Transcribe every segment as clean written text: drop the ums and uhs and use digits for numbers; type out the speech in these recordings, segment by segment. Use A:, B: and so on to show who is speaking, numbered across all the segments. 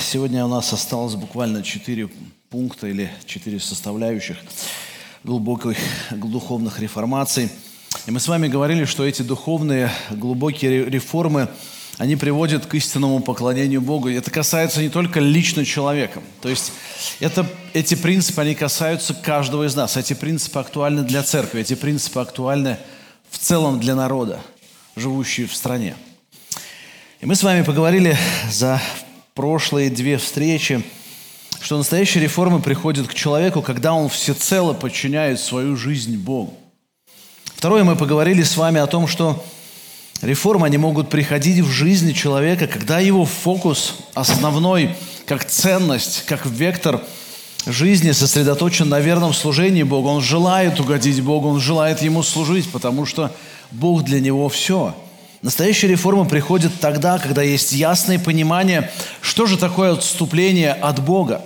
A: Сегодня у нас осталось буквально 4 пункта или 4 составляющих глубоких духовных реформаций. И мы с вами говорили, что эти духовные глубокие реформы, они приводят к истинному поклонению Богу. И это касается не только лично человека. То есть эти принципы, они касаются каждого из нас. Эти принципы актуальны для церкви, эти принципы актуальны в целом для народа, живущего в стране. И мы с вами поговорили за прошлые 2 встречи, что настоящая реформа приходит к человеку, когда он всецело подчиняет свою жизнь Богу. Второе, мы поговорили с вами о том, что реформы, они могут приходить в жизни человека, когда его фокус основной, как ценность, как вектор жизни сосредоточен на верном служении Богу. Он желает угодить Богу, он желает Ему служить, потому что Бог для него все. Настоящая реформа приходит тогда, когда есть ясное понимание, что же такое отступление от Бога.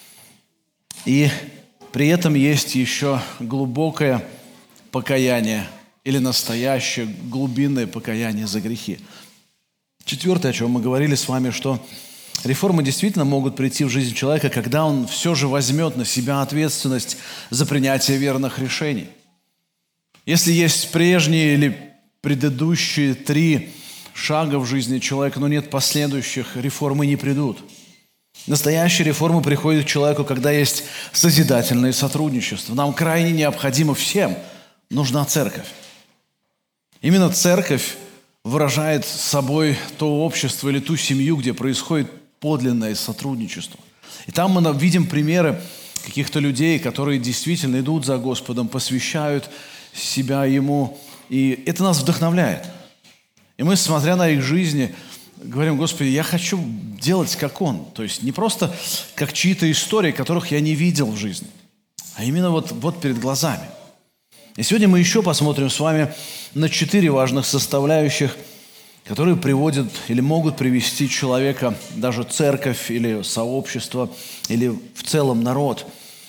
A: И при этом есть еще глубокое покаяние или настоящее глубинное покаяние за грехи. Четвертое, о чем мы говорили с вами, что реформы действительно могут прийти в жизнь человека, когда он все же возьмет на себя ответственность за принятие верных решений. Если есть прежние или предыдущие 3 шага в жизни человека, но нет последующих, реформы не придут. Настоящая реформа приходит к человеку, когда есть созидательное сотрудничество. Нам крайне необходимо всем, нужна церковь. Именно церковь выражает собой то общество или ту семью, где происходит подлинное сотрудничество. И там мы видим примеры каких-то людей, которые действительно идут за Господом, посвящают себя Ему. И это нас вдохновляет. И мы, смотря на их жизни, говорим: Господи, я хочу делать, как Он. То есть не просто как чьи-то истории, которых я не видел в жизни, а именно вот перед глазами. И сегодня мы еще посмотрим с вами на 4 важных составляющих, которые приводят или могут привести человека, даже церковь или сообщество, или в целом народ,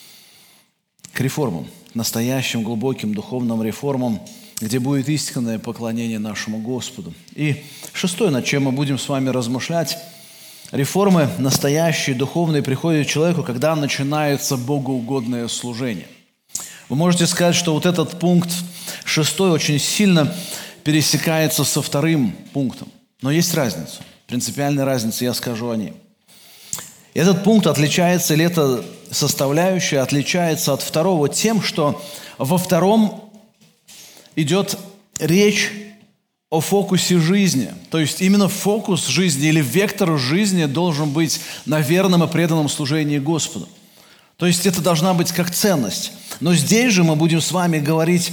A: к реформам, настоящим глубоким духовным реформам, где будет истинное поклонение нашему Господу. И 6, над чем мы будем с вами размышлять: реформы настоящие, духовные, приходят к человеку, когда начинается богоугодное служение. Вы можете сказать, что вот этот пункт 6 очень сильно пересекается со 2 пунктом. Но есть разница, принципиальная разница, я скажу о ней. Этот пункт отличается, или эта составляющая отличается от 2 тем, что во 2 идет речь о фокусе жизни. То есть именно фокус жизни или вектор жизни должен быть на верном и преданном служении Господу. То есть это должна быть как ценность. Но здесь же мы будем с вами говорить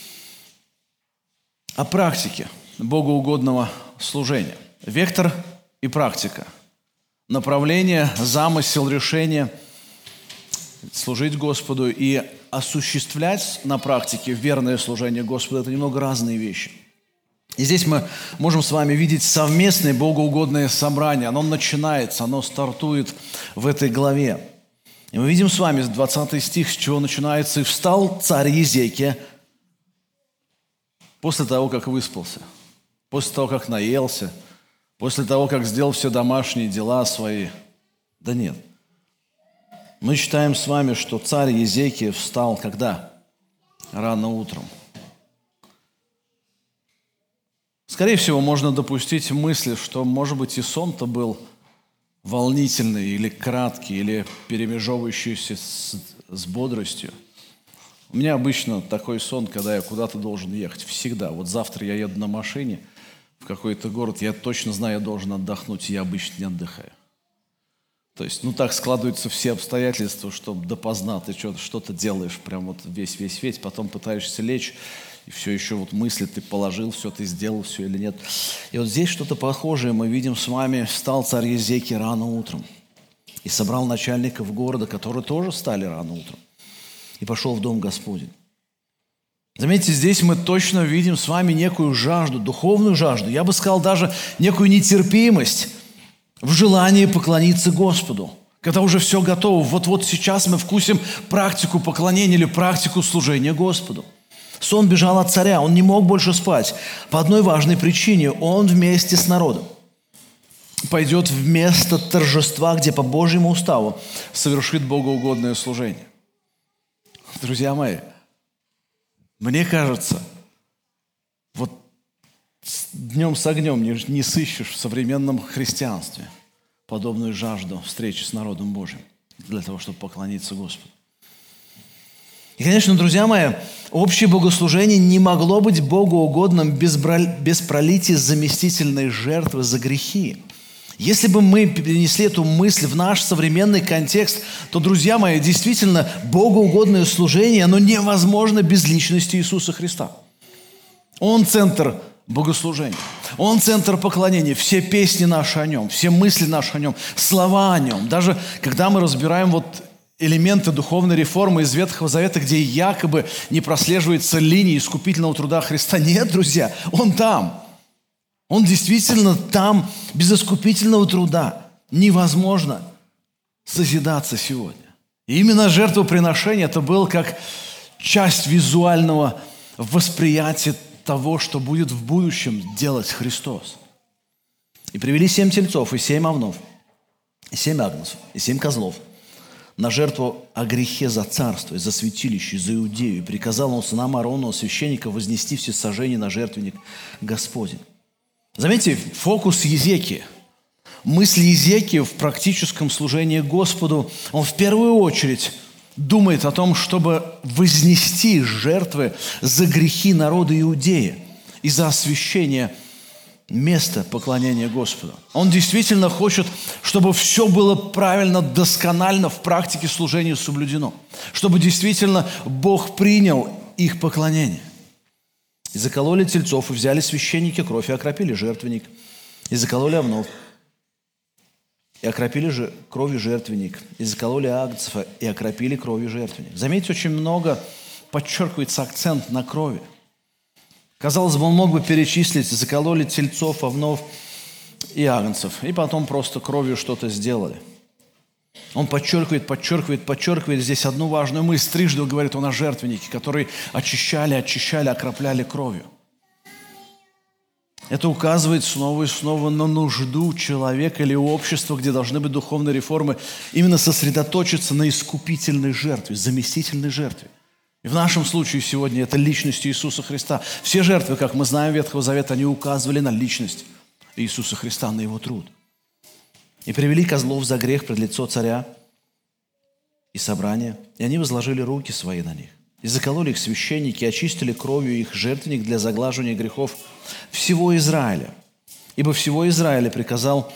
A: о практике богоугодного служения. Вектор и практика. Направление, замысел, решение служить Господу и осуществлять на практике верное служение Господу – это немного разные вещи. И здесь мы можем с вами видеть совместное богоугодное собрание. Оно начинается, оно стартует в этой главе. И мы видим с вами 20 стих, с чего начинается: «И встал царь Езекия после того, как выспался, после того, как наелся, после того, как сделал все домашние дела свои». Да нет. Мы читаем с вами, что царь Езекия встал когда? Рано утром. Скорее всего, можно допустить мысль, что, может быть, и сон-то был волнительный или краткий, или перемежевывающийся с бодростью. У меня обычно такой сон, когда я куда-то должен ехать. Всегда. Вот завтра я еду на машине в какой-то город, я точно знаю, я должен отдохнуть, и я обычно не отдыхаю. То есть, так складываются все обстоятельства, что допоздна ты что-то делаешь, прям вот весь, потом пытаешься лечь, и все еще мысли ты положил, все ты сделал, все или нет. И вот здесь что-то похожее мы видим с вами. «Встал царь Езекия рано утром и собрал начальников города, которые тоже встали рано утром, и пошел в дом Господень». Заметьте, здесь мы точно видим с вами некую жажду, духовную жажду, я бы сказал, даже некую нетерпимость в желании поклониться Господу, когда уже все готово. Вот сейчас мы вкусим практику поклонения или практику служения Господу. Сон бежал от царя, он не мог больше спать по одной важной причине – он вместе с народом. пойдет вместо торжества, где по Божьему уставу совершит богоугодное служение. Друзья мои, мне кажется, вот днем с огнем не сыщешь в современном христианстве подобную жажду встречи с народом Божьим для того, чтобы поклониться Господу. И, конечно, друзья мои, общее богослужение не могло быть богоугодным без пролития заместительной жертвы за грехи. Если бы мы перенесли эту мысль в наш современный контекст, то, друзья мои, действительно, богоугодное служение, оно невозможно без личности Иисуса Христа. Он центр богослужения, Он центр поклонения, все песни наши о Нем, все мысли наши о Нем, слова о Нем. Даже когда мы разбираем элементы духовной реформы из Ветхого Завета, где якобы не прослеживается линия искупительного труда Христа. Нет, друзья, Он там. Он действительно там, без искупительного труда. Невозможно созидаться сегодня. И именно жертвоприношение это было как часть визуального восприятия того, что будет в будущем делать Христос. И привели 7 тельцов, и 7 овнов, и 7 агнцев, и 7 козлов на жертву о грехе за царство, и за святилище, и за Иудею. И приказал он сынам Ааронова, священника, вознести всесожжение на жертвенник Господень. Заметьте, фокус Езекии. Мысль Езекии в практическом служении Господу, он в первую очередь думает о том, чтобы вознести жертвы за грехи народа Иудеи и за освящение места поклонения Господу. Он действительно хочет, чтобы все было правильно, досконально в практике служения соблюдено, чтобы действительно Бог принял их поклонение. И закололи тельцов, и взяли священники кровь, и окропили жертвенник, и закололи овнов, и окропили же кровью жертвенник, и закололи агнцев, и окропили кровью жертвенник. Заметьте, очень много подчеркивается акцент на крови. Казалось бы, он мог бы перечислить: закололи тельцов, овнов и агнцев, и потом просто кровью что-то сделали. Он подчеркивает здесь одну важную мысль. Трижды говорит он о жертвеннике, который очищали, окропляли кровью. Это указывает снова и снова на нужду человека или общества, где должны быть духовные реформы, именно сосредоточиться на искупительной жертве, заместительной жертве. И в нашем случае сегодня это личность Иисуса Христа. Все жертвы, как мы знаем, Ветхого Завета, они указывали на личность Иисуса Христа, на Его труд. И привели козлов за грех пред лицо царя и собрания, и они возложили руки свои на них. И закололи их священники, очистили кровью их жертвенник для заглаживания грехов всего Израиля. Ибо за всего Израиля приказал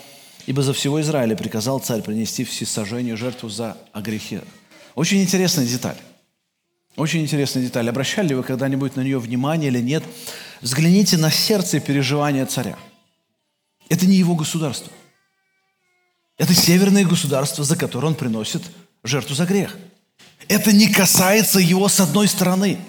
A: царь принести всесожжение жертву о грехе. Очень интересная деталь. Очень интересная деталь. Обращали ли вы когда-нибудь на нее внимание или нет? Взгляните на сердце и переживания царя. Это не его государство. Это северное государство, за которое он приносит жертву за грех. Это не касается его с одной стороны.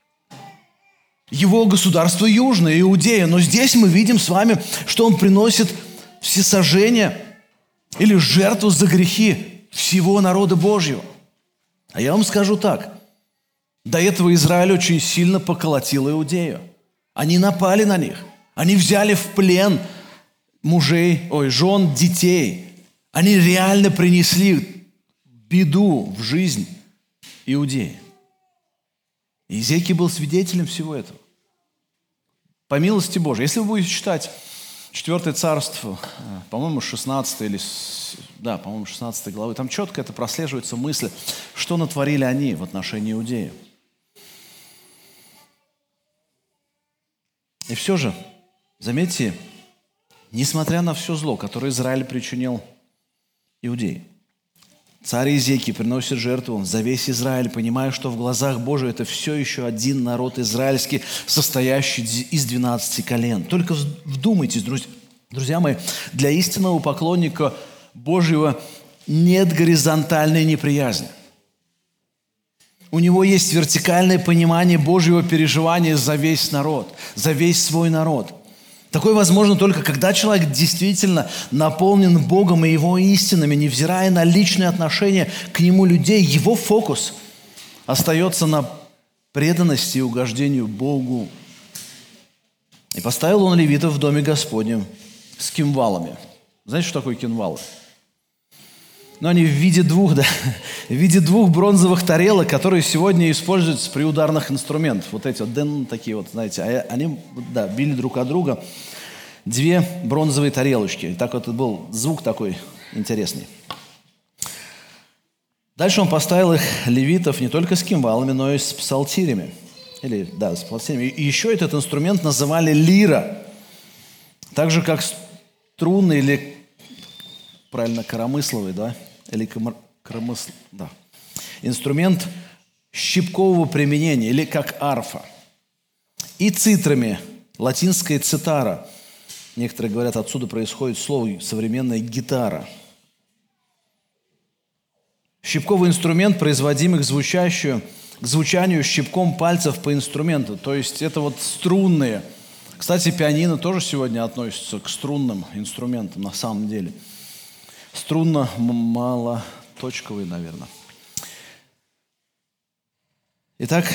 A: Его государство южное, Иудея. Но здесь мы видим с вами, что он приносит всесожжение или жертву за грехи всего народа Божьего. А я вам скажу так. До этого Израиль очень сильно поколотил Иудею. Они напали на них. Они взяли в плен жен, детей. Они реально принесли беду в жизнь Иудеи. И Иезекия был свидетелем всего этого. По милости Божией. Если вы будете читать 4 царство, по-моему, 16 главы, там четко это прослеживается мысль, что натворили они в отношении Иудеи. И все же, заметьте, несмотря на все зло, которое Израиль причинил Иудеи, царь Иезекия приносит жертву за весь Израиль, понимая, что в глазах Божьих это все еще один народ израильский, состоящий из 12 колен. Только вдумайтесь, друзья мои, для истинного поклонника Божьего нет горизонтальной неприязни. У него есть вертикальное понимание Божьего переживания за весь народ, за весь свой народ. Такое возможно только, когда человек действительно наполнен Богом и Его истинами, невзирая на личные отношения к Нему людей. Его фокус остается на преданности и угождению Богу. И поставил он левитов в доме Господнем с кимвалами. Знаете, что такое кимвалы? Но они в виде двух бронзовых тарелок, которые сегодня используются при ударных инструментах. Вот эти вот, такие вот, знаете, они, били друг от друга две бронзовые тарелочки. Так вот был звук такой интересный. Дальше он поставил их, левитов, не только с кимвалами, но и с псалтирями. С псалтирями. И еще этот инструмент называли лира. Так же, как струнный или, правильно, коромысловый, или коромысл, инструмент щипкового применения, или как арфа. И цитрами, латинская цитара. Некоторые говорят, отсюда происходит слово современная гитара. Щипковый инструмент, производимый к звучанию щипком пальцев по инструменту. То есть это вот струнные. Кстати, пианино тоже сегодня относится к струнным инструментам на самом деле. Струнно-молоточковый, наверное. Итак,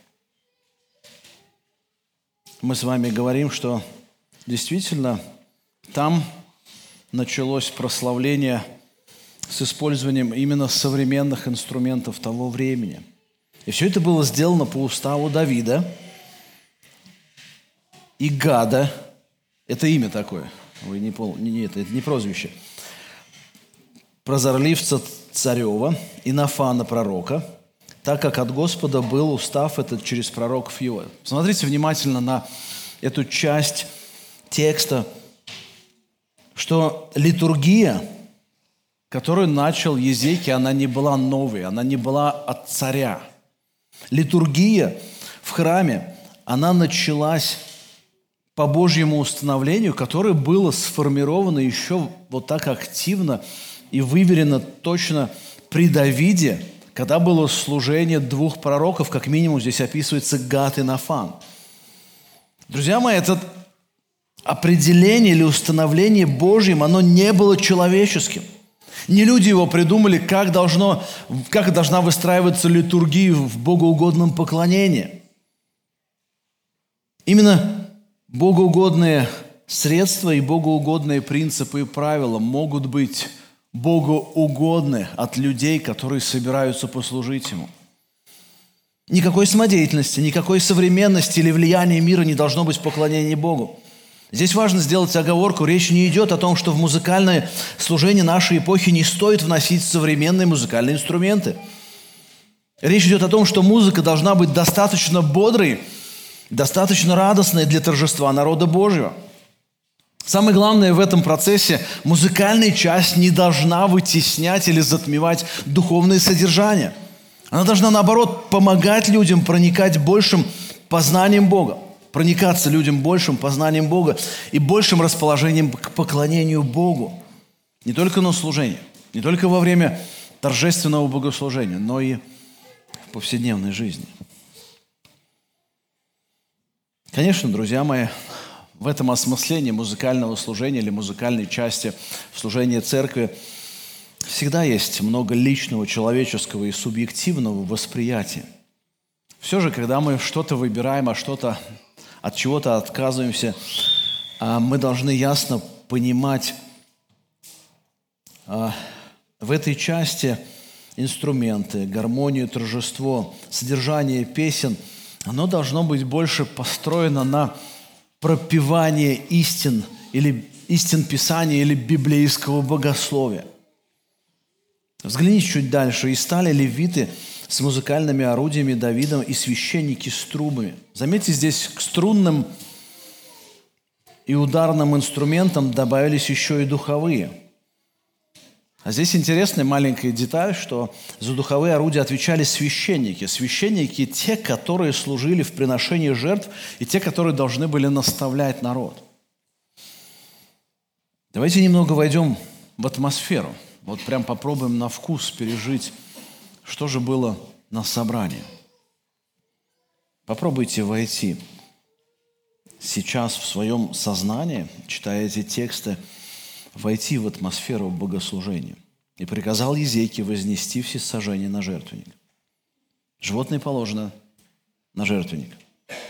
A: мы с вами говорим, что действительно там началось прославление с использованием именно современных инструментов того времени. И все это было сделано по уставу Давида и Гада. Это имя такое. Вы это не прозвище. Прозорливца царева и Нафана пророка, так как от Господа был устав этот через пророков его. Смотрите внимательно на эту часть текста, что литургия, которую начал Езекия, она не была новой, она не была от царя. Литургия в храме, она началась по Божьему установлению, которое было сформировано еще вот так активно и выверено точно при Давиде, когда было служение двух пророков, как минимум здесь описывается Гад и Нафан. Друзья мои, это определение или установление Божьим, оно не было человеческим. Не люди его придумали, как должна выстраиваться литургия в богоугодном поклонении. Именно богоугодные средства и богоугодные принципы и правила могут быть богоугодны от людей, которые собираются послужить Ему. Никакой самодеятельности, никакой современности или влияния мира не должно быть в поклонении Богу. Здесь важно сделать оговорку. Речь не идет о том, что в музыкальное служение нашей эпохи не стоит вносить современные музыкальные инструменты. Речь идет о том, что музыка должна быть достаточно бодрой, достаточно радостной для торжества народа Божьего. Самое главное в этом процессе – музыкальная часть не должна вытеснять или затмевать духовное содержание. Она должна, наоборот, помогать людям проникать большим познанием Бога, проникаться людям большим познанием Бога и большим расположением к поклонению Богу. Не только на служении, не только во время торжественного богослужения, но и в повседневной жизни. Конечно, друзья мои, в этом осмыслении музыкального служения или музыкальной части служения церкви всегда есть много личного, человеческого и субъективного восприятия. Все же, когда мы что-то выбираем, от чего-то отказываемся, мы должны ясно понимать в этой части инструменты, гармонию, торжество, содержание песен, оно должно быть больше построено на пропевание истин или истин Писания или библейского богословия. Взгляните чуть дальше. «И стали левиты с музыкальными орудиями Давидом и священники с трубами». Заметьте, здесь к струнным и ударным инструментам добавились еще и духовые. А здесь интересная маленькая деталь, что за духовые орудия отвечали священники. Священники – те, которые служили в приношении жертв, и те, которые должны были наставлять народ. Давайте немного войдем в атмосферу. Вот прям попробуем на вкус пережить, что же было на собрании. Попробуйте войти сейчас в своем сознании, читая эти тексты, войти в атмосферу богослужения. «И приказал Езекия вознести всесожжение на жертвенник». Животное положено на жертвенник.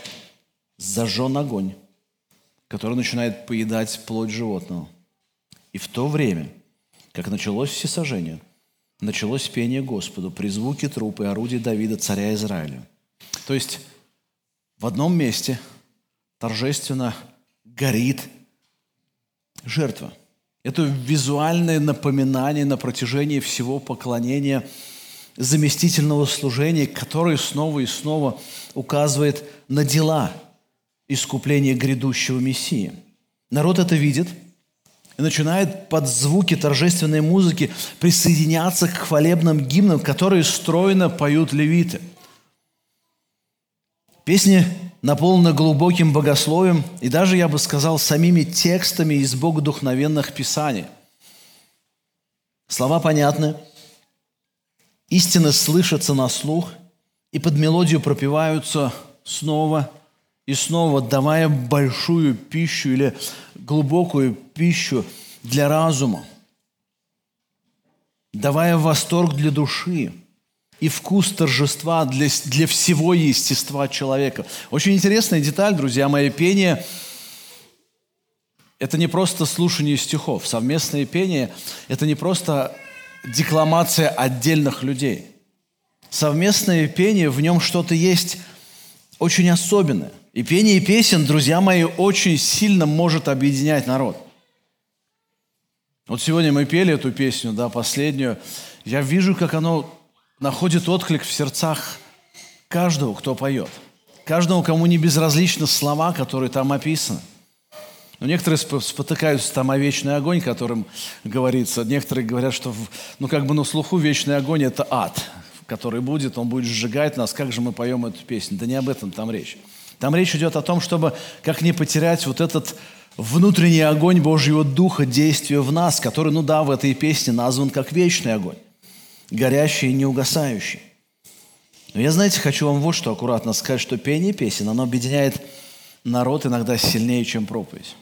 A: Зажжен огонь, который начинает поедать плоть животного. И в то время, как началось всесожжение, началось пение Господу при звуке труб и орудий Давида, царя Израиля. То есть в одном месте торжественно горит жертва. Это визуальное напоминание на протяжении всего поклонения заместительного служения, которое снова и снова указывает на дела искупления грядущего Мессии. Народ это видит и начинает под звуки торжественной музыки присоединяться к хвалебным гимнам, которые стройно поют левиты. Песни наполнены глубоким богословием и даже, я бы сказал, самими текстами из богодухновенных писаний. Слова понятны, истины слышатся на слух и под мелодию пропеваются снова и снова, давая большую пищу или глубокую пищу для разума, давая восторг для души и вкус торжества для всего естества человека. Очень интересная деталь, друзья мои, пение – это не просто слушание стихов. Совместное пение – это не просто декламация отдельных людей. Совместное пение, в нем что-то есть очень особенное. И пение песен, друзья мои, очень сильно может объединять народ. Вот сегодня мы пели эту песню, последнюю. Я вижу, как оно находит отклик в сердцах каждого, кто поет. Каждому, кому не безразличны слова, которые там описаны. Но некоторые спотыкаются там о вечный огонь, которым говорится. Некоторые говорят, что на слуху вечный огонь – это ад, который будет, он будет сжигать нас. Как же мы поем эту песню? Да не об этом там речь. Там речь идет о том, чтобы как не потерять вот этот внутренний огонь Божьего Духа, действия в нас, который, в этой песне назван как вечный огонь, горящий и неугасающий. Но я, хочу вам вот что аккуратно сказать, что пение песен, оно объединяет народ иногда сильнее, чем проповедь.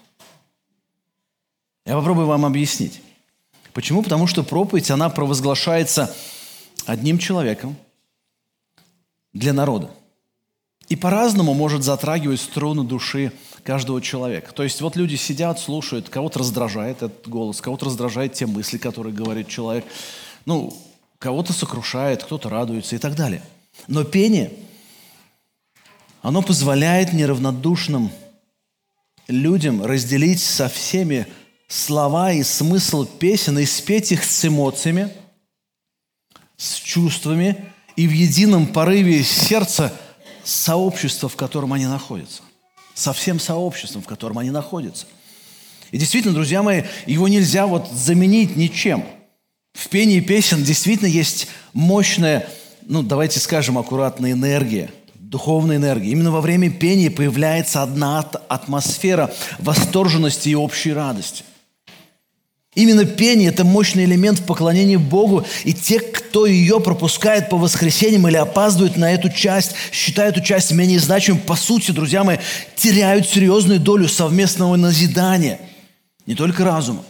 A: Я попробую вам объяснить. Почему? Потому что проповедь, она провозглашается одним человеком для народа. И по-разному может затрагивать струны души каждого человека. То есть вот люди сидят, слушают, кого-то раздражает этот голос, кого-то раздражает те мысли, которые говорит человек. Кого-то сокрушает, кто-то радуется и так далее. Но пение, оно позволяет неравнодушным людям разделить со всеми слова и смысл песен и спеть их с эмоциями, с чувствами и в едином порыве сердца сообщества, в котором они находятся. Со всем сообществом, в котором они находятся. И действительно, друзья мои, его нельзя заменить ничем. В пении песен действительно есть мощная, давайте скажем аккуратно, энергия, духовная энергия. Именно во время пения появляется одна атмосфера восторженности и общей радости. Именно пение – это мощный элемент в поклонении Богу, и те, кто ее пропускает по воскресеньям или опаздывают на эту часть, считают эту часть менее значимой, по сути, друзья мои, теряют серьезную долю совместного назидания, не только разума,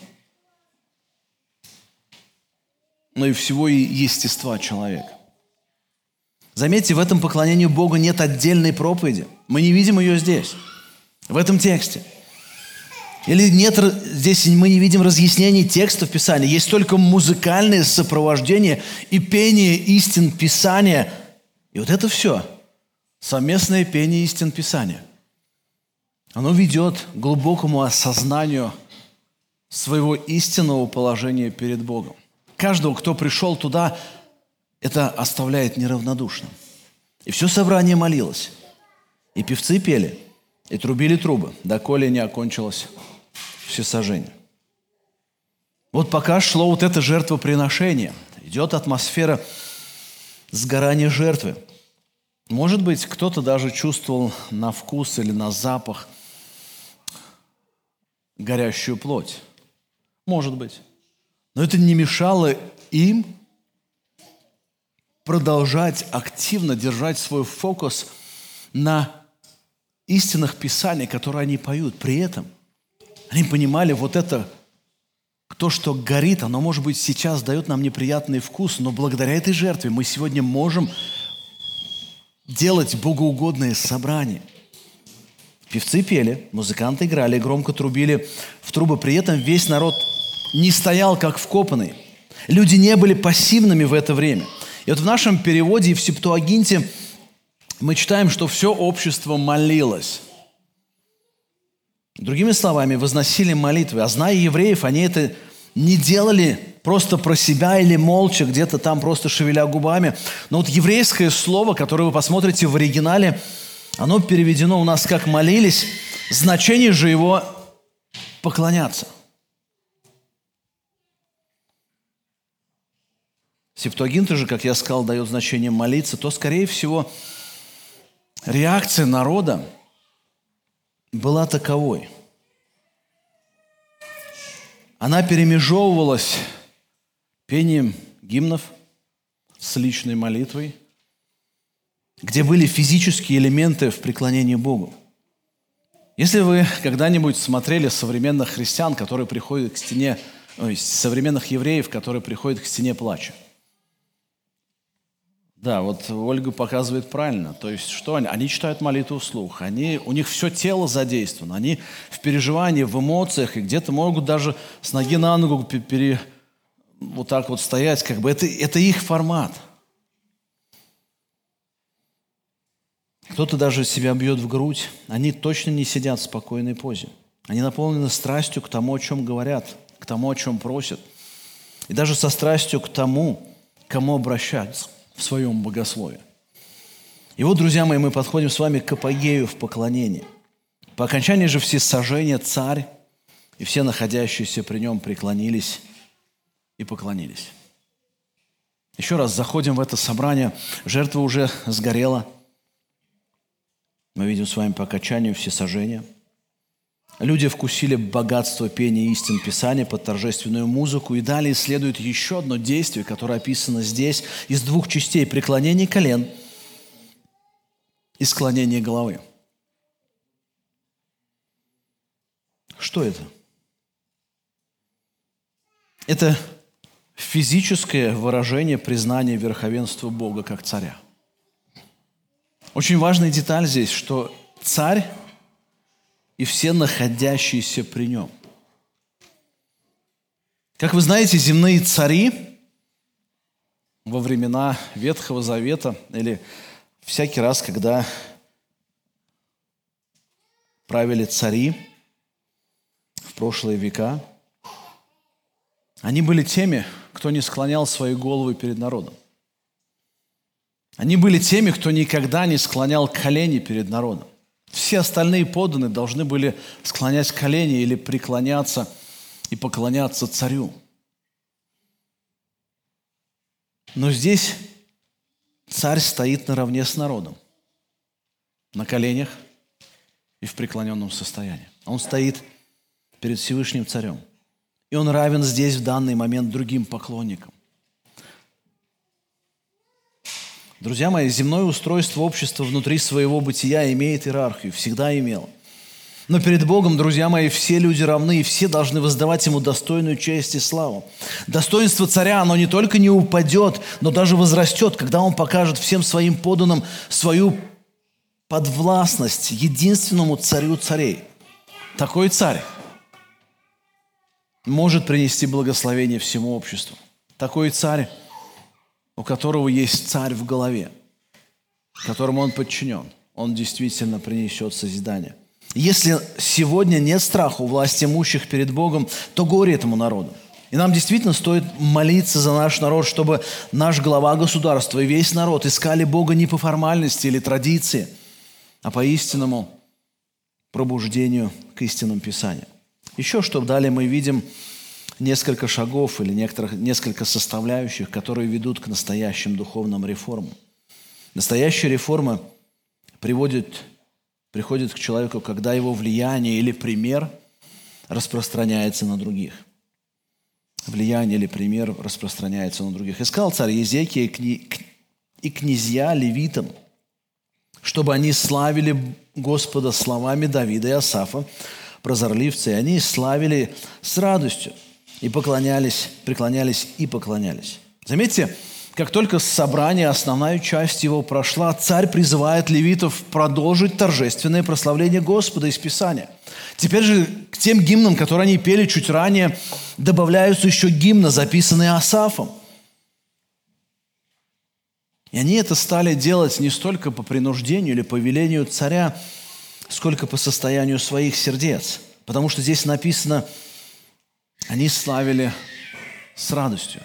A: но и всего естества человека. Заметьте, в этом поклонении Богу нет отдельной проповеди. Мы не видим ее здесь, в этом тексте. Или нет, здесь мы не видим разъяснений текстов Писания. Есть только музыкальное сопровождение и пение истин Писания. И вот это все. Совместное пение истин Писания. Оно ведет к глубокому осознанию своего истинного положения перед Богом. Каждого, кто пришел туда, это оставляет неравнодушным. И все собрание молилось. И певцы пели, и трубили трубы, доколе не окончилось всесожжение. Вот пока шло вот это жертвоприношение, идет атмосфера сгорания жертвы. Может быть, кто-то даже чувствовал на вкус или на запах горящую плоть. Может быть. Но это не мешало им продолжать активно держать свой фокус на истинах Писаний, которые они поют. При этом они понимали, вот это, то, что горит, оно, может быть, сейчас дает нам неприятный вкус, но благодаря этой жертве мы сегодня можем делать богоугодные собрания. Певцы пели, музыканты играли, громко трубили в трубы. При этом весь народ не стоял как вкопанный. Люди не были пассивными в это время. И вот в нашем переводе и в Септуагинте мы читаем, что все общество молилось. Другими словами, возносили молитвы. А зная евреев, они это не делали просто про себя или молча, где-то там просто шевеля губами. Но вот еврейское слово, которое вы посмотрите в оригинале, оно переведено у нас как «молились», значение же его «поклоняться». Септуагинта же, как я сказал, дает значение «молиться», то, скорее всего, реакция народа была таковой. Она перемежевывалась пением гимнов с личной молитвой, где были физические элементы в преклонении Богу. Если вы когда-нибудь смотрели современных христиан, которые приходят к стене, современных евреев, которые приходят к стене плача. Да, вот Ольга показывает правильно. То есть что они? Они читают молитву вслух. У них все тело задействовано. Они в переживании, в эмоциях. И где-то могут даже с ноги на ногу вот так вот стоять. Как бы это их формат. Кто-то даже себя бьет в грудь. Они точно не сидят в спокойной позе. Они наполнены страстью к тому, о чем говорят, к тому, о чем просят. И даже со страстью к тому, к кому обращаются в своем богословии. И вот, друзья мои, мы подходим с вами к апогею в поклонении. По окончании же всесожжения царь и все находящиеся при нем преклонились и поклонились. Еще раз заходим в это собрание. Жертва уже сгорела. Мы видим с вами по окончанию всесожжения. Люди вкусили богатство пения истин Писания под торжественную музыку. И далее следует еще одно действие, которое описано здесь, из двух частей: преклонение колен и склонение головы. Что это? Это физическое выражение признания верховенства Бога как царя. Очень важная деталь здесь, что царь и все находящиеся при нем. Как вы знаете, земные цари во времена Ветхого Завета или всякий раз, когда правили цари в прошлые века, они были теми, кто не склонял свои головы перед народом. Они были теми, кто никогда не склонял колени перед народом. Все остальные подданные должны были склонять колени или преклоняться и поклоняться царю. Но здесь царь стоит наравне с народом, на коленях и в преклоненном состоянии. Он стоит перед Всевышним Царем. И он равен здесь в данный момент другим поклонникам. Друзья мои, земное устройство общества внутри своего бытия имеет иерархию, всегда имело. Но перед Богом, друзья мои, все люди равны, и все должны воздавать Ему достойную честь и славу. Достоинство царя, оно не только не упадет, но даже возрастет, когда он покажет всем своим подданным свою подвластность единственному царю царей. Такой царь может принести благословение всему обществу. Такой царь, у которого есть царь в голове, которому он подчинен, он действительно принесет созидание. Если сегодня нет страха у власти имущих перед Богом, то горе этому народу. И нам действительно стоит молиться за наш народ, чтобы наш глава государства и весь народ искали Бога не по формальности или традиции, а по истинному пробуждению к истинным Писаниям. Еще что далее мы видим несколько шагов или несколько составляющих, которые ведут к настоящим духовным реформам. Настоящая реформа приходит к человеку, когда его влияние или пример распространяется на других. Влияние или пример распространяется на других. «И сказал царь Езекия и князья левитам, чтобы они славили Господа словами Давида и Асафа, прозорливцы, и они славили с радостью, и преклонялись и поклонялись». Заметьте, как только собрание, основная часть его прошла, царь призывает левитов продолжить торжественное прославление Господа из Писания. Теперь же к тем гимнам, которые они пели чуть ранее, добавляются еще гимны, записанные Асафом. И они это стали делать не столько по принуждению или по велению царя, сколько по состоянию своих сердец. Потому что здесь написано, они славили с радостью.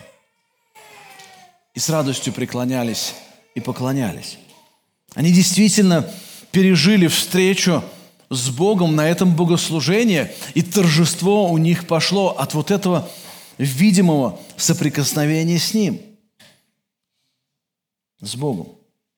A: И с радостью преклонялись и поклонялись. Они действительно пережили встречу с Богом на этом богослужении, и торжество у них пошло от вот этого видимого соприкосновения с Ним, с Богом.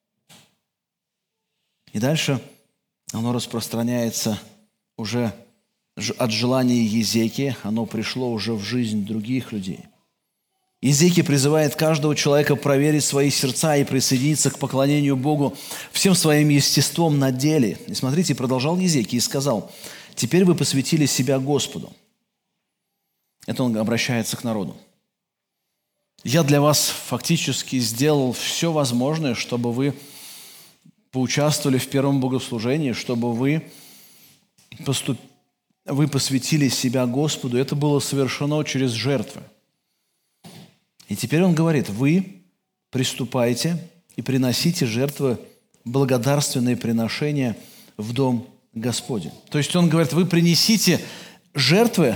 A: И дальше оно распространяется уже от желания Езекии, оно пришло уже в жизнь других людей. Езекия призывает каждого человека проверить свои сердца и присоединиться к поклонению Богу всем своим естеством на деле. И смотрите, продолжал Езекия и сказал: «Теперь вы посвятили себя Господу». Это он обращается к народу. «Я для вас фактически сделал все возможное, чтобы вы поучаствовали в первом богослужении, чтобы вы посвятили себя Господу. Это было совершено через жертвы. И теперь он говорит: вы приступайте и приносите жертвы, благодарственные приношения в дом Господень». То есть он говорит: вы принесите жертвы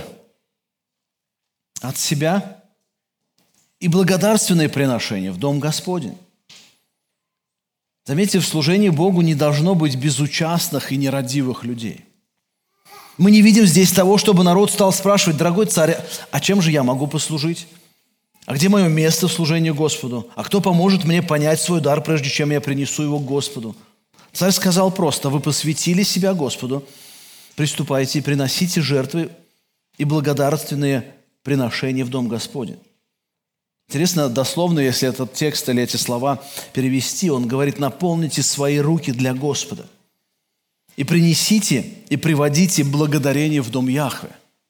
A: от себя и благодарственные приношения в дом Господень. Заметьте, в служении Богу не должно быть безучастных и нерадивых людей. Мы не видим здесь того, чтобы народ стал спрашивать: «Дорогой царь, а чем же я могу послужить? А где мое место в служении Господу? А кто поможет мне понять свой дар, прежде чем я принесу его к Господу?» Царь сказал просто: вы посвятили себя Господу, приступайте и приносите жертвы и благодарственные приношения в дом Господень. Интересно, дословно, если этот текст или эти слова перевести, он говорит: наполните свои руки для Господа и принесите и приводите благодарение в дом Яхве.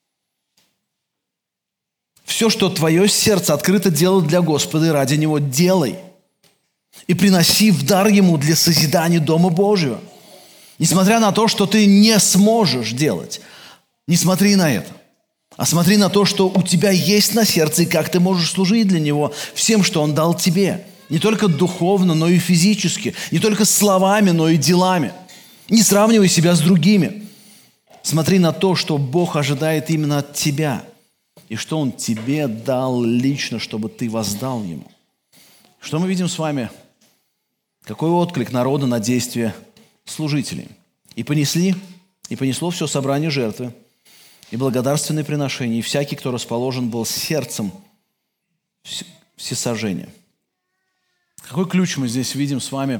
A: Все, что твое сердце открыто делать для Господа, и ради Него делай. И приноси в дар Ему для созидания Дома Божьего. Несмотря на то, что ты не сможешь делать, не смотри на это, а смотри на то, что у тебя есть на сердце, и как ты можешь служить для Него всем, что Он дал тебе. Не только духовно, но и физически. Не только словами, но и делами. Не сравнивай себя с другими. Смотри на то, что Бог ожидает именно от тебя. И что Он тебе дал лично, чтобы ты воздал Ему. Что мы видим с вами? Какой отклик народа на действия служителей? И понесло все собрание жертвы, и благодарственные приношения, и всякий, кто расположен был сердцем всесожжения. Какой ключ мы здесь видим с вами?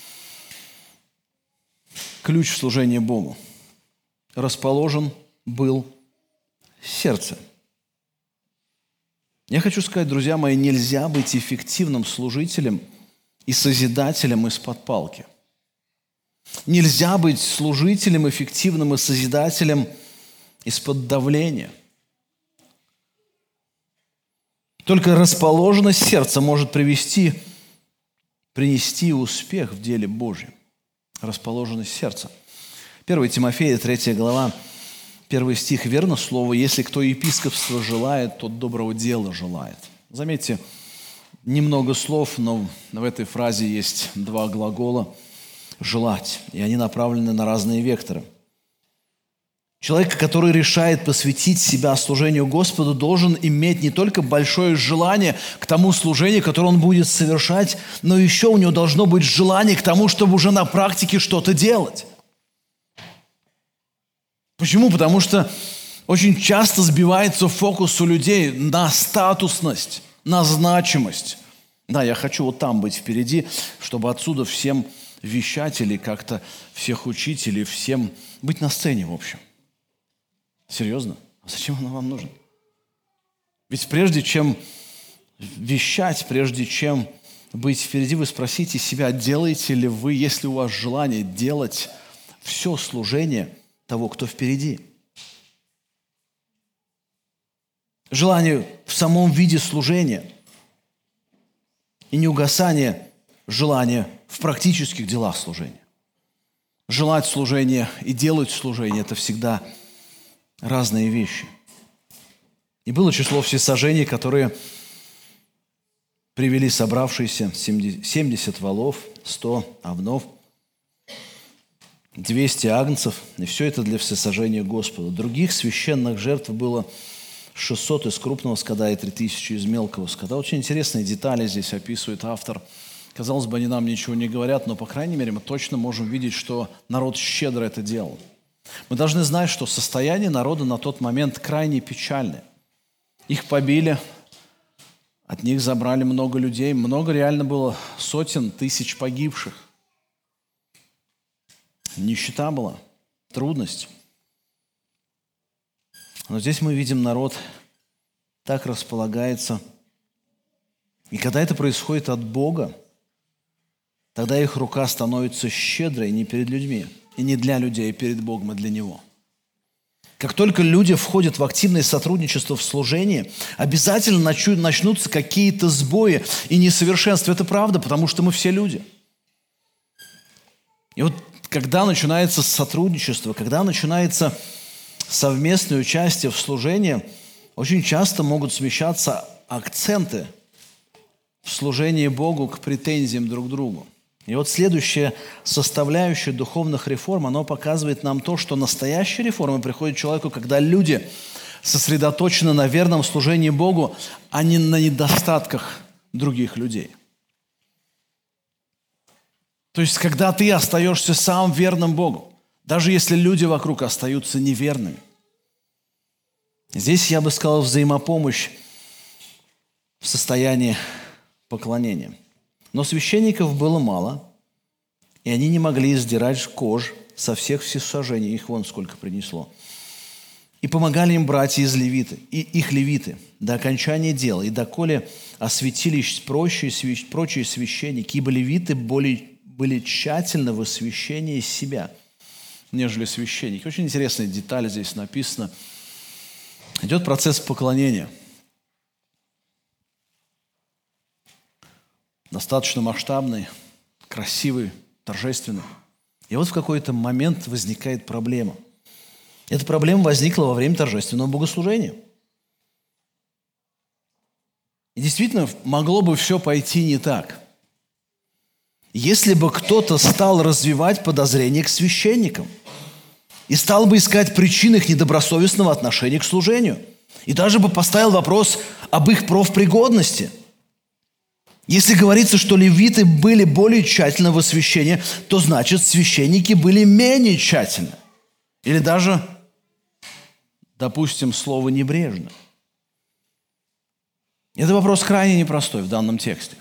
A: Ключ в служении Богу. Расположен был сердце. Я хочу сказать, друзья мои, нельзя быть эффективным служителем и созидателем из-под палки. Нельзя быть служителем, эффективным и созидателем из-под давления. Только расположенность сердца может принести успех в деле Божьем. Расположенность сердца. 1 Тимофея, 3 глава, 1 стих. «Верно слово: если кто епископство желает, тот доброго дела желает». Заметьте, немного слов, но в этой фразе есть два глагола «желать», и они направлены на разные векторы. Человек, который решает посвятить себя служению Господу, должен иметь не только большое желание к тому служению, которое он будет совершать, но еще у него должно быть желание к тому, чтобы уже на практике что-то делать. Почему? Потому что очень часто сбивается фокус у людей на статусность, на значимость. Да, я хочу вот там быть впереди, чтобы отсюда всем вещать или как-то всех учить, или всем быть на сцене, в общем. Серьезно? А зачем оно вам нужно? Ведь прежде чем вещать, прежде чем быть впереди, вы спросите себя, делаете ли вы, если у вас желание делать все служение того, кто впереди. Желание в самом виде служения и неугасание желания в практических делах служения. Желать служения и делать служение – это всегда разные вещи. И было число всесожжений, которые привели собравшиеся 70 волов, 100 овнов, 200 агнцев, и все это для всесожжения Господа. Других священных жертв было 600 из крупного скота и 3000 из мелкого скота. Очень интересные детали здесь описывает автор. Казалось бы, они нам ничего не говорят, но, по крайней мере, мы точно можем видеть, что народ щедро это делал. Мы должны знать, что состояние народа на тот момент крайне печальное. Их побили, от них забрали много людей, много реально было сотен тысяч погибших. Нищета была, трудность. Но здесь мы видим, народ так располагается. И когда это происходит от Бога, тогда их рука становится щедрой не перед людьми, и не для людей, а перед Богом, а для Него. Как только люди входят в активное сотрудничество в служении, обязательно начнутся какие-то сбои и несовершенства. Это правда, потому что мы все люди. И вот когда начинается сотрудничество, когда начинается совместное участие в служении, очень часто могут смещаться акценты в служении Богу к претензиям друг к другу. И вот следующая составляющая духовных реформ, она показывает нам то, что настоящая реформа приходит к человеку, когда люди сосредоточены на верном служении Богу, а не на недостатках других людей. То есть, когда ты остаешься сам верным Богу, даже если люди вокруг остаются неверными. Здесь, я бы сказал, взаимопомощь в состоянии поклонения. Но священников было мало, и они не могли сдирать кож со всех всесожжений, их вон сколько принесло. И помогали им братья из левиты, и их левиты, до окончания дела, и доколе осветились прочие священники, ибо левиты были тщательны в освящении себя, нежели священники. Очень интересная деталь здесь написана. Идет процесс поклонения. Достаточно масштабный, красивый, торжественный. И вот в какой-то момент возникает проблема. Эта проблема возникла во время торжественного богослужения. И действительно, могло бы все пойти не так, если бы кто-то стал развивать подозрения к священникам и стал бы искать причины их недобросовестного отношения к служению, и даже бы поставил вопрос об их профпригодности. Если говорится, что левиты были более тщательны в освящении, то значит, священники были менее тщательны. Или даже, допустим, слово «небрежно». Это вопрос крайне непростой в данном тексте.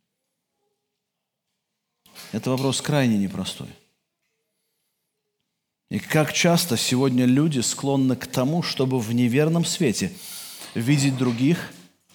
A: Это вопрос крайне непростой. И как часто сегодня люди склонны к тому, чтобы в неверном свете видеть других,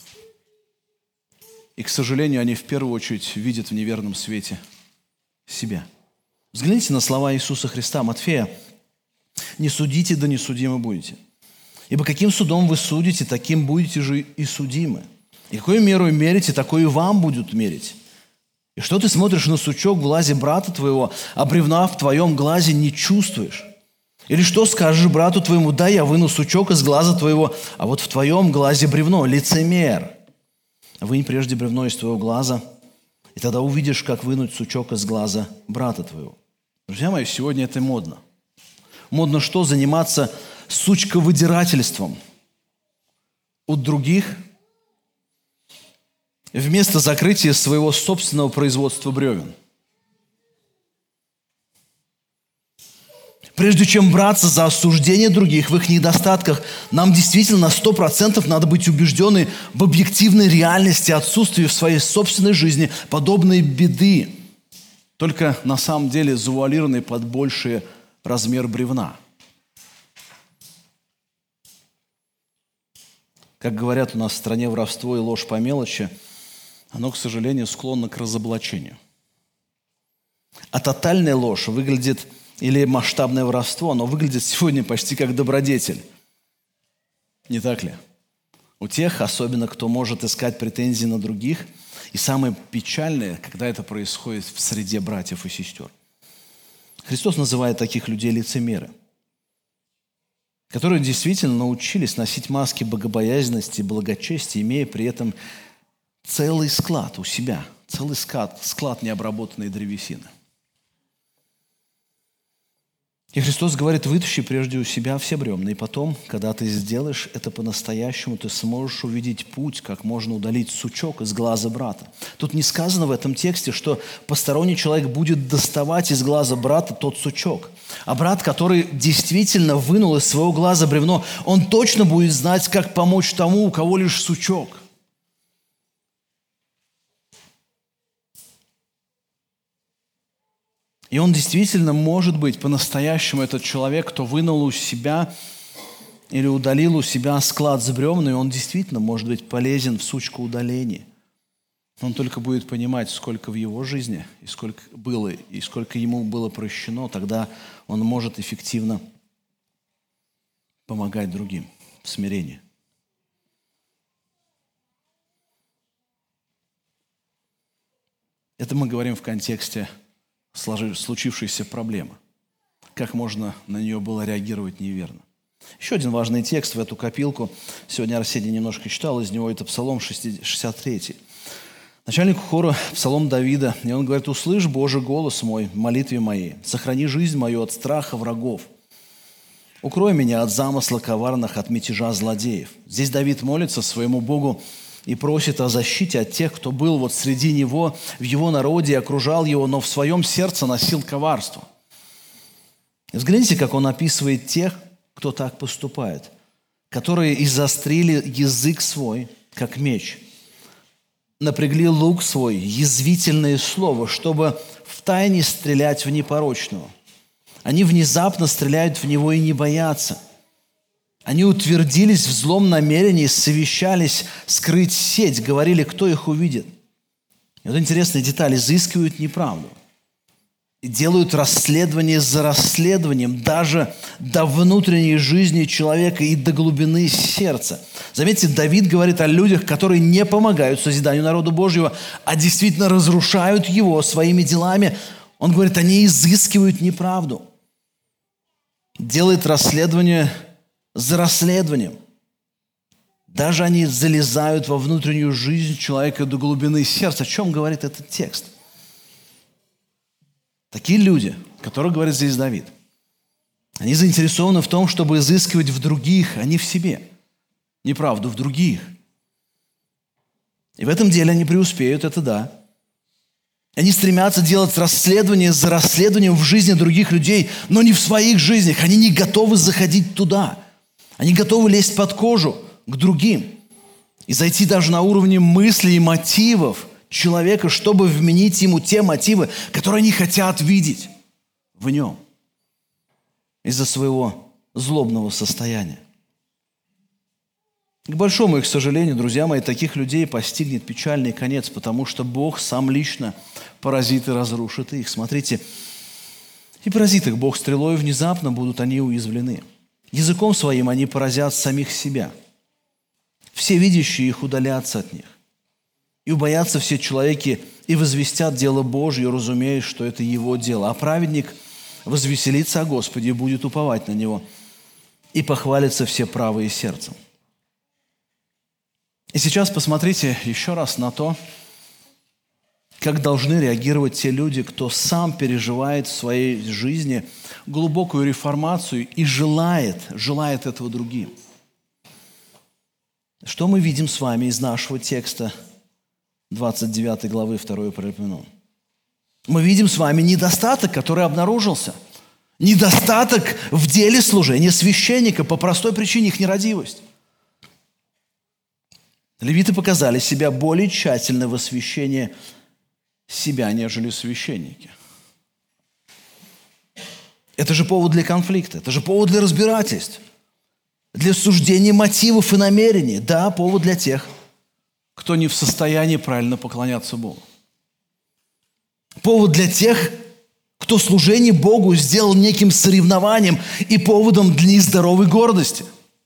A: и, к сожалению, они в первую очередь видят в неверном свете себя. Взгляните на слова Иисуса Христа, Матфея: «Не судите, да не судимы будете. Ибо каким судом вы судите, таким будете же и судимы. И какую меру мерите, такой и вам будут мерить. И что ты смотришь на сучок в глазе брата твоего, а бревна в твоем глазе не чувствуешь? Или что скажешь брату твоему: да, я выну сучок из глаза твоего, а вот в твоем глазе бревно? Лицемер! Вынь прежде бревно из твоего глаза, и тогда увидишь, как вынуть сучок из глаза брата твоего». Друзья мои, сегодня это модно. Модно что? Заниматься сучковыдирательством от других вместо закрытия своего собственного производства бревен. Прежде чем браться за осуждение других в их недостатках, нам действительно на 100% надо быть убеждены в объективной реальности отсутствия в своей собственной жизни подобной беды, только на самом деле завуалированной под больший размер бревна. Как говорят у нас в стране, воровство и ложь по мелочи, оно, к сожалению, склонно к разоблачению. А тотальная ложь выглядит, или масштабное воровство, оно выглядит сегодня почти как добродетель. Не так ли? У тех, особенно кто может искать претензии на других, и самое печальное, когда это происходит в среде братьев и сестер. Христос называет таких людей лицемеры. которые действительно научились носить маски богобоязненности и благочестия, имея при этом целый склад у себя, целый склад необработанной древесины. И Христос говорит: вытащи прежде у себя все бревна, и потом, когда ты сделаешь это по-настоящему, ты сможешь увидеть путь, как можно удалить сучок из глаза брата. Тут не сказано в этом тексте, что посторонний человек будет доставать из глаза брата тот сучок. А брат, который действительно вынул из своего глаза бревно, он точно будет знать, как помочь тому, у кого лишь сучок. И он действительно может быть по-настоящему этот человек, кто вынул у себя или удалил у себя склад с бревнами, он действительно может быть полезен в сучкоудалении. Он только будет понимать, сколько в его жизни, и сколько было, и сколько ему было прощено, тогда он может эффективно помогать другим в смирении. Это мы говорим в контексте случившейся проблемы. Как можно на нее было реагировать неверно. Еще один важный текст в эту копилку. Сегодня Арсений немножко читал из него. Это Псалом 63. Начальник хора Псалом Давида. И он говорит: «Услышь, Боже, голос мой в молитве моей. Сохрани жизнь мою от страха врагов. Укрой меня от замысла коварных, от мятежа злодеев». Здесь Давид молится своему Богу и просит о защите от тех, кто был вот среди него, в его народе, и окружал его, но в своем сердце носил коварство. И взгляните, как он описывает тех, кто так поступает, которые изострили язык свой, как меч, напрягли лук свой, язвительное слово, чтобы втайне стрелять в непорочного. Они внезапно стреляют в него и не боятся. Они утвердились в злом намерении, совещались скрыть сеть, говорили, кто их увидит. И вот интересная деталь: изыскивают неправду. И делают расследование за расследованием, даже до внутренней жизни человека и до глубины сердца. Заметьте, Давид говорит о людях, которые не помогают созиданию народа Божьего, а действительно разрушают его своими делами. Он говорит, они изыскивают неправду. Делает расследование за расследованием. Даже они залезают во внутреннюю жизнь человека до глубины сердца. О чем говорит этот текст? Такие люди, о которых говорит здесь Давид, они заинтересованы в том, чтобы изыскивать в других, а не в себе. Неправду в других. И в этом деле они преуспеют, это да. Они стремятся делать расследование за расследованием в жизни других людей, но не в своих жизнях. Они не готовы заходить туда. Они готовы лезть под кожу к другим и зайти даже на уровне мыслей и мотивов человека, чтобы вменить ему те мотивы, которые они хотят видеть в нем из-за своего злобного состояния. К большому их сожалению, друзья мои, таких людей постигнет печальный конец, потому что Бог сам лично поразит и разрушит их. Смотрите, и поразит их Бог стрелой, внезапно будут они уязвлены. Языком своим они поразят самих себя. Все видящие их удалятся от них. И убоятся все человеки и возвестят дело Божье, разумея, что это его дело. А праведник возвеселится о Господе и будет уповать на Него. И похвалятся все правые сердцем. И сейчас посмотрите еще раз на то, как должны реагировать те люди, кто сам переживает в своей жизни глубокую реформацию и желает этого другим. Что мы видим с вами из нашего текста 29 главы 2 Паралипоменон? Мы видим с вами недостаток, который обнаружился. Недостаток в деле служения священника по простой причине их нерадивость. Левиты показали себя более тщательно в освящении себя, нежели священники. Это же повод для конфликта, это же повод для разбирательств, для суждения мотивов и намерений. Да, повод для тех, кто не в состоянии правильно поклоняться Богу. Повод для тех, кто служение Богу сделал неким соревнованием и поводом для нездоровой гордости.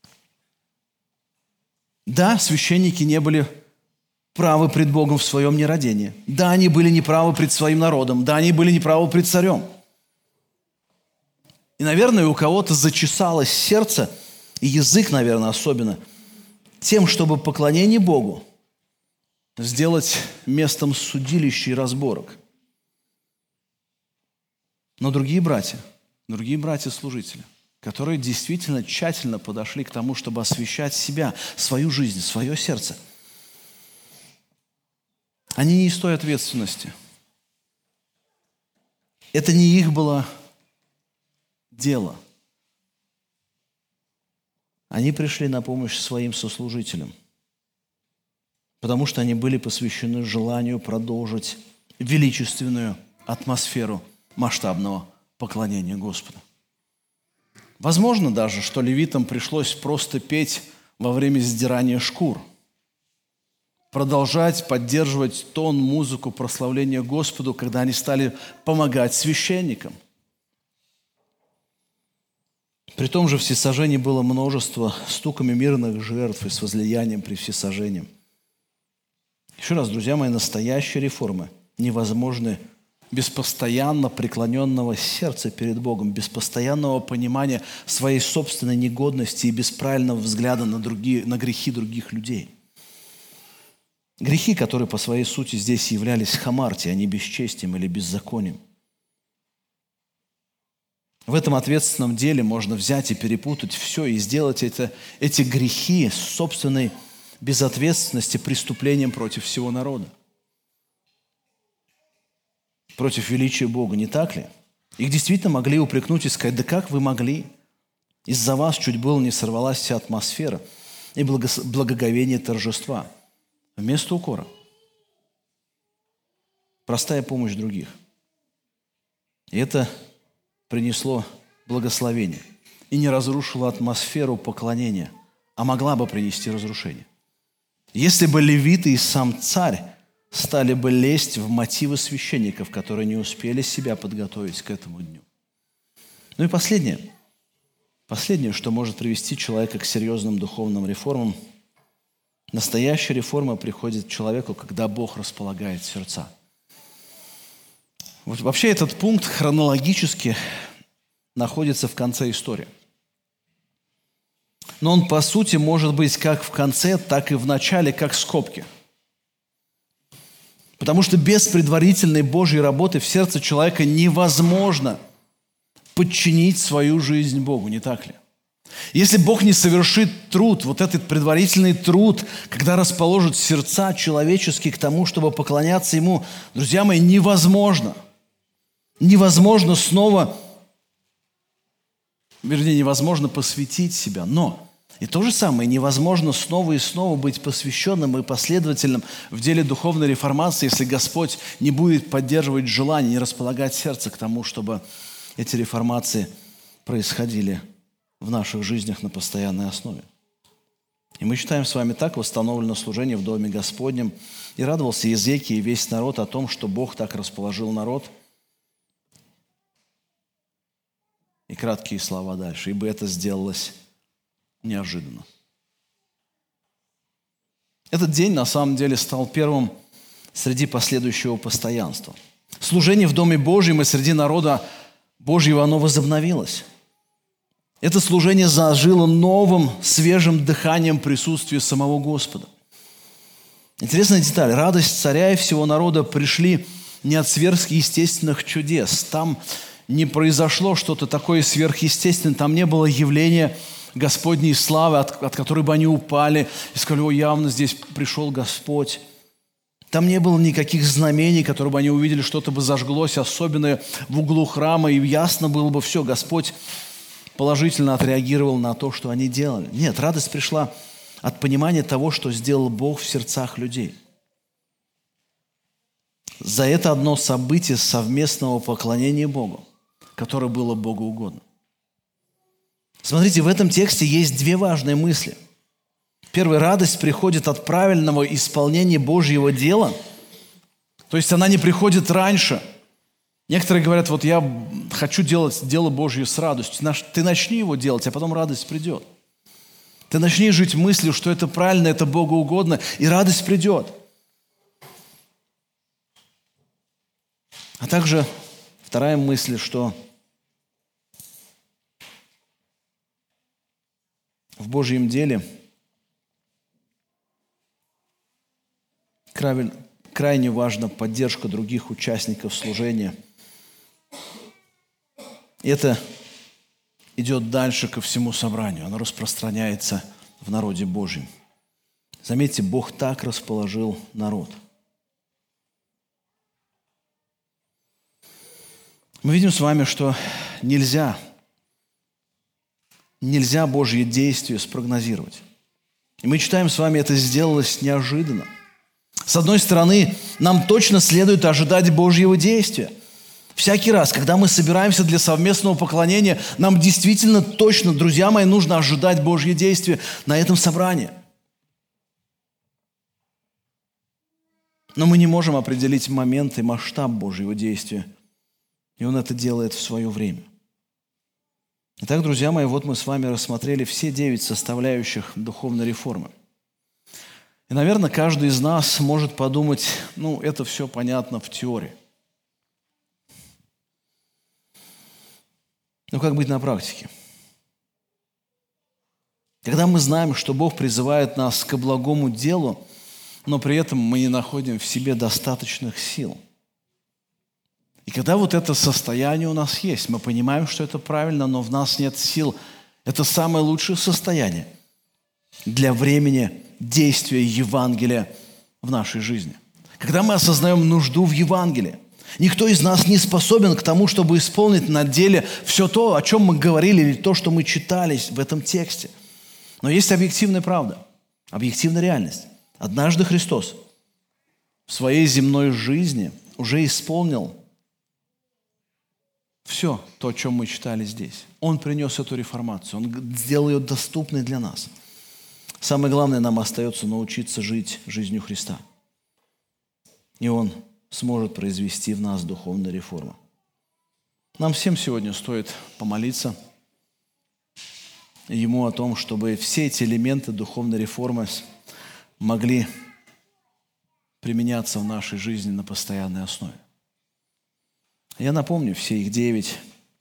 A: Да, священники не были правы пред Богом в своем нерадении. Да, они были неправы пред своим народом. Да, они были неправы пред царем. И, наверное, у кого-то зачесалось сердце и язык, наверное, особенно, тем, чтобы поклонение Богу сделать местом судилища и разборок. Но другие братья-служители, которые действительно тщательно подошли к тому, чтобы освящать себя, свою жизнь, свое сердце, они не из той ответственности. Это не их было дело. Они пришли на помощь своим сослужителям, потому что они были посвящены желанию продолжить величественную атмосферу масштабного поклонения Господу. Возможно даже, что левитам пришлось просто петь во время сдирания шкур, продолжать поддерживать тон, музыку прославления Господу, когда они стали помогать священникам. При том же в всесожжении было множество стуками мирных жертв и с возлиянием при всесожжении. Еще раз, друзья мои, настоящие реформы невозможны без постоянно преклоненного сердца перед Богом, без постоянного понимания своей собственной негодности и без правильного взгляда на грехи других людей. Грехи, которые по своей сути здесь являлись хамартией, а не бесчестием или беззаконием. В этом ответственном деле можно взять и перепутать все и сделать эти грехи собственной безответственности преступлением против всего народа. Против величия Бога, не так ли? Их действительно могли упрекнуть и сказать: да как вы могли? Из-за вас чуть было не сорвалась вся атмосфера и благоговение торжества. Вместо укора простая помощь других. И это принесло благословение и не разрушило атмосферу поклонения, а могла бы принести разрушение. Если бы левиты и сам царь стали бы лезть в мотивы священников, которые не успели себя подготовить к этому дню. Ну и последнее, что может привести человека к серьезным духовным реформам. Настоящая реформа приходит к человеку, когда Бог располагает сердца. Вот вообще этот пункт хронологически находится в конце истории. Но он, по сути, может быть как в конце, так и в начале, как скобки. Потому что без предварительной Божьей работы в сердце человека невозможно подчинить свою жизнь Богу, не так ли? Если Бог не совершит труд, вот этот предварительный труд, когда расположит сердца человеческие к тому, чтобы поклоняться Ему, друзья мои, невозможно снова, невозможно посвятить себя, но и то же самое, невозможно снова и снова быть посвященным и последовательным в деле духовной реформации, если Господь не будет поддерживать желание, не располагать сердце к тому, чтобы эти реформации происходили в наших жизнях на постоянной основе. И мы читаем с вами: так восстановлено служение в Доме Господнем, и радовался Иезекия и весь народ о том, что Бог так расположил народ. И краткие слова дальше: ибо это сделалось неожиданно. Этот день на самом деле стал первым среди последующего постоянства. Служение в Доме Божьем и среди народа Божьего оно возобновилось. Это служение зажило новым, свежим дыханием присутствия самого Господа. Интересная деталь. Радость царя и всего народа пришли не от сверхъестественных чудес. Там не произошло что-то такое сверхъестественное. Там не было явления Господней славы, от которой бы они упали и сказали: о, явно здесь пришел Господь. Там не было никаких знамений, которые бы они увидели, что-то бы зажглось особенное в углу храма, и ясно было бы: все, Господь положительно отреагировал на то, что они делали. Нет, радость пришла от понимания того, что сделал Бог в сердцах людей. За это одно событие совместного поклонения Богу, которое было Богу угодно. Смотрите, в этом тексте есть две важные мысли. Первая: радость приходит от правильного исполнения Божьего дела. То есть она не приходит раньше. Некоторые говорят: вот я хочу делать дело Божье с радостью. Ты начни его делать, а потом радость придет. Ты начни жить мыслью, что это правильно, это Богу угодно, и радость придет. А также вторая мысль, что в Божьем деле крайне важна поддержка других участников служения. И это идет дальше ко всему собранию. Оно распространяется в народе Божьем. Заметьте, Бог так расположил народ. Мы видим с вами, что нельзя Божье действие спрогнозировать. И мы читаем с вами, это сделалось неожиданно. С одной стороны, нам точно следует ожидать Божьего действия. Всякий раз, когда мы собираемся для совместного поклонения, нам действительно точно, друзья мои, нужно ожидать Божье действие на этом собрании. Но мы не можем определить момент и масштаб Божьего действия. И Он это делает в свое время. Итак, друзья мои, вот мы с вами рассмотрели все 9 составляющих духовной реформы. И, наверное, каждый из нас может подумать, это все понятно в теории. Но как быть на практике? Когда мы знаем, что Бог призывает нас к благому делу, но при этом мы не находим в себе достаточных сил. И когда вот это состояние у нас есть, мы понимаем, что это правильно, но в нас нет сил, это самое лучшее состояние для времени действия Евангелия в нашей жизни. Когда мы осознаем нужду в Евангелии, никто из нас не способен к тому, чтобы исполнить на деле все то, о чем мы говорили, или то, что мы читали в этом тексте. Но есть объективная правда, объективная реальность. Однажды Христос в своей земной жизни уже исполнил все то, о чем мы читали здесь. Он принес эту реформацию, Он сделал ее доступной для нас. Самое главное, нам остается научиться жить жизнью Христа. И Он сможет произвести в нас духовную реформу. Нам всем сегодня стоит помолиться Ему о том, чтобы все эти элементы духовной реформы могли применяться в нашей жизни на постоянной основе. Я напомню, все их 9.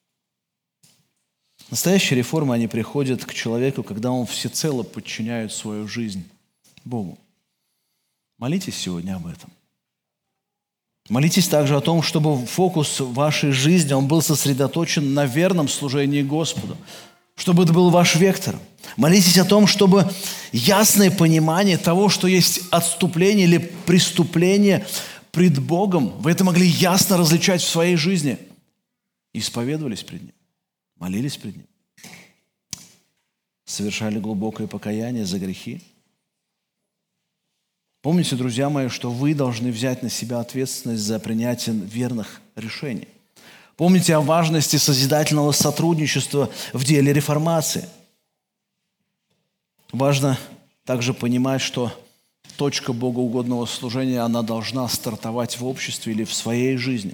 A: Настоящие реформы, они приходят к человеку, когда он всецело подчиняет свою жизнь Богу. Молитесь сегодня об этом. Молитесь также о том, чтобы фокус вашей жизни, он был сосредоточен на верном служении Господу, чтобы это был ваш вектор. Молитесь о том, чтобы ясное понимание того, что есть отступление или преступление пред Богом, вы это могли ясно различать в своей жизни. Исповедовались пред Ним, молились пред Ним, совершали глубокое покаяние за грехи. Помните, друзья мои, что вы должны взять на себя ответственность за принятие верных решений. Помните о важности созидательного сотрудничества в деле реформации. Важно также понимать, что точка богоугодного служения, она должна стартовать в обществе или в своей жизни.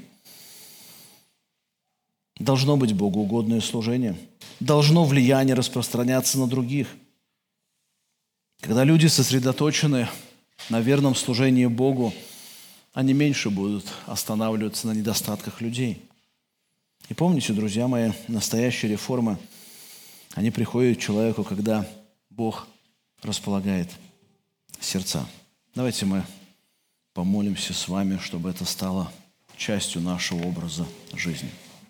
A: Должно быть богоугодное служение. Должно влияние распространяться на других. Когда люди сосредоточены на верном служении Богу, они меньше будут останавливаться на недостатках людей. И помните, друзья мои, настоящие реформы, они приходят к человеку, когда Бог располагает сердца. Давайте мы помолимся с вами, чтобы это стало частью нашего образа жизни.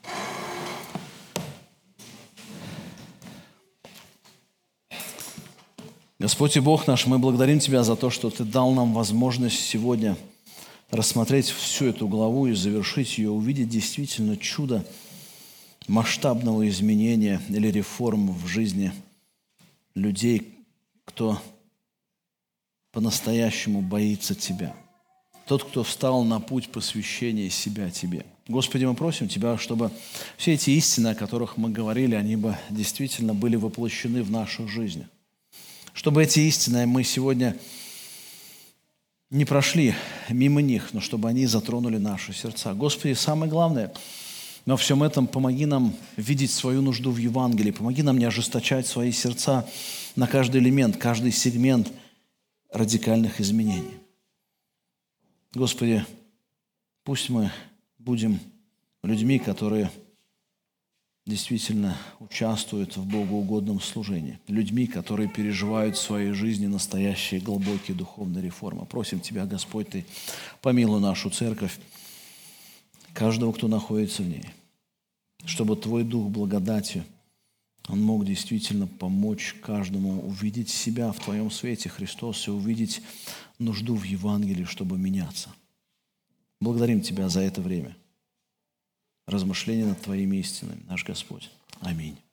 A: Господь и Бог наш, мы благодарим Тебя за то, что Ты дал нам возможность сегодня рассмотреть всю эту главу и завершить ее, увидеть действительно чудо масштабного изменения или реформ в жизни людей, кто по-настоящему боится Тебя. Тот, кто встал на путь посвящения себя Тебе. Господи, мы просим Тебя, чтобы все эти истины, о которых мы говорили, они бы действительно были воплощены в наших жизнях. Чтобы эти истины мы сегодня не прошли мимо них, но чтобы они затронули наши сердца. Господи, самое главное, во всем этом помоги нам видеть свою нужду в Евангелии, помоги нам не ожесточать свои сердца на каждый элемент, каждый сегмент радикальных изменений. Господи, пусть мы будем людьми, которые действительно участвуют в богоугодном служении, людьми, которые переживают в своей жизни настоящие глубокие духовные реформы. Просим Тебя, Господь, Ты помилуй нашу церковь, каждого, кто находится в ней, чтобы Твой Дух благодатью, Он мог действительно помочь каждому увидеть себя в Твоем свете, Христос, и увидеть нужду в Евангелии, чтобы меняться. Благодарим Тебя за это время. Размышления над Твоими истинами, наш Господь. Аминь.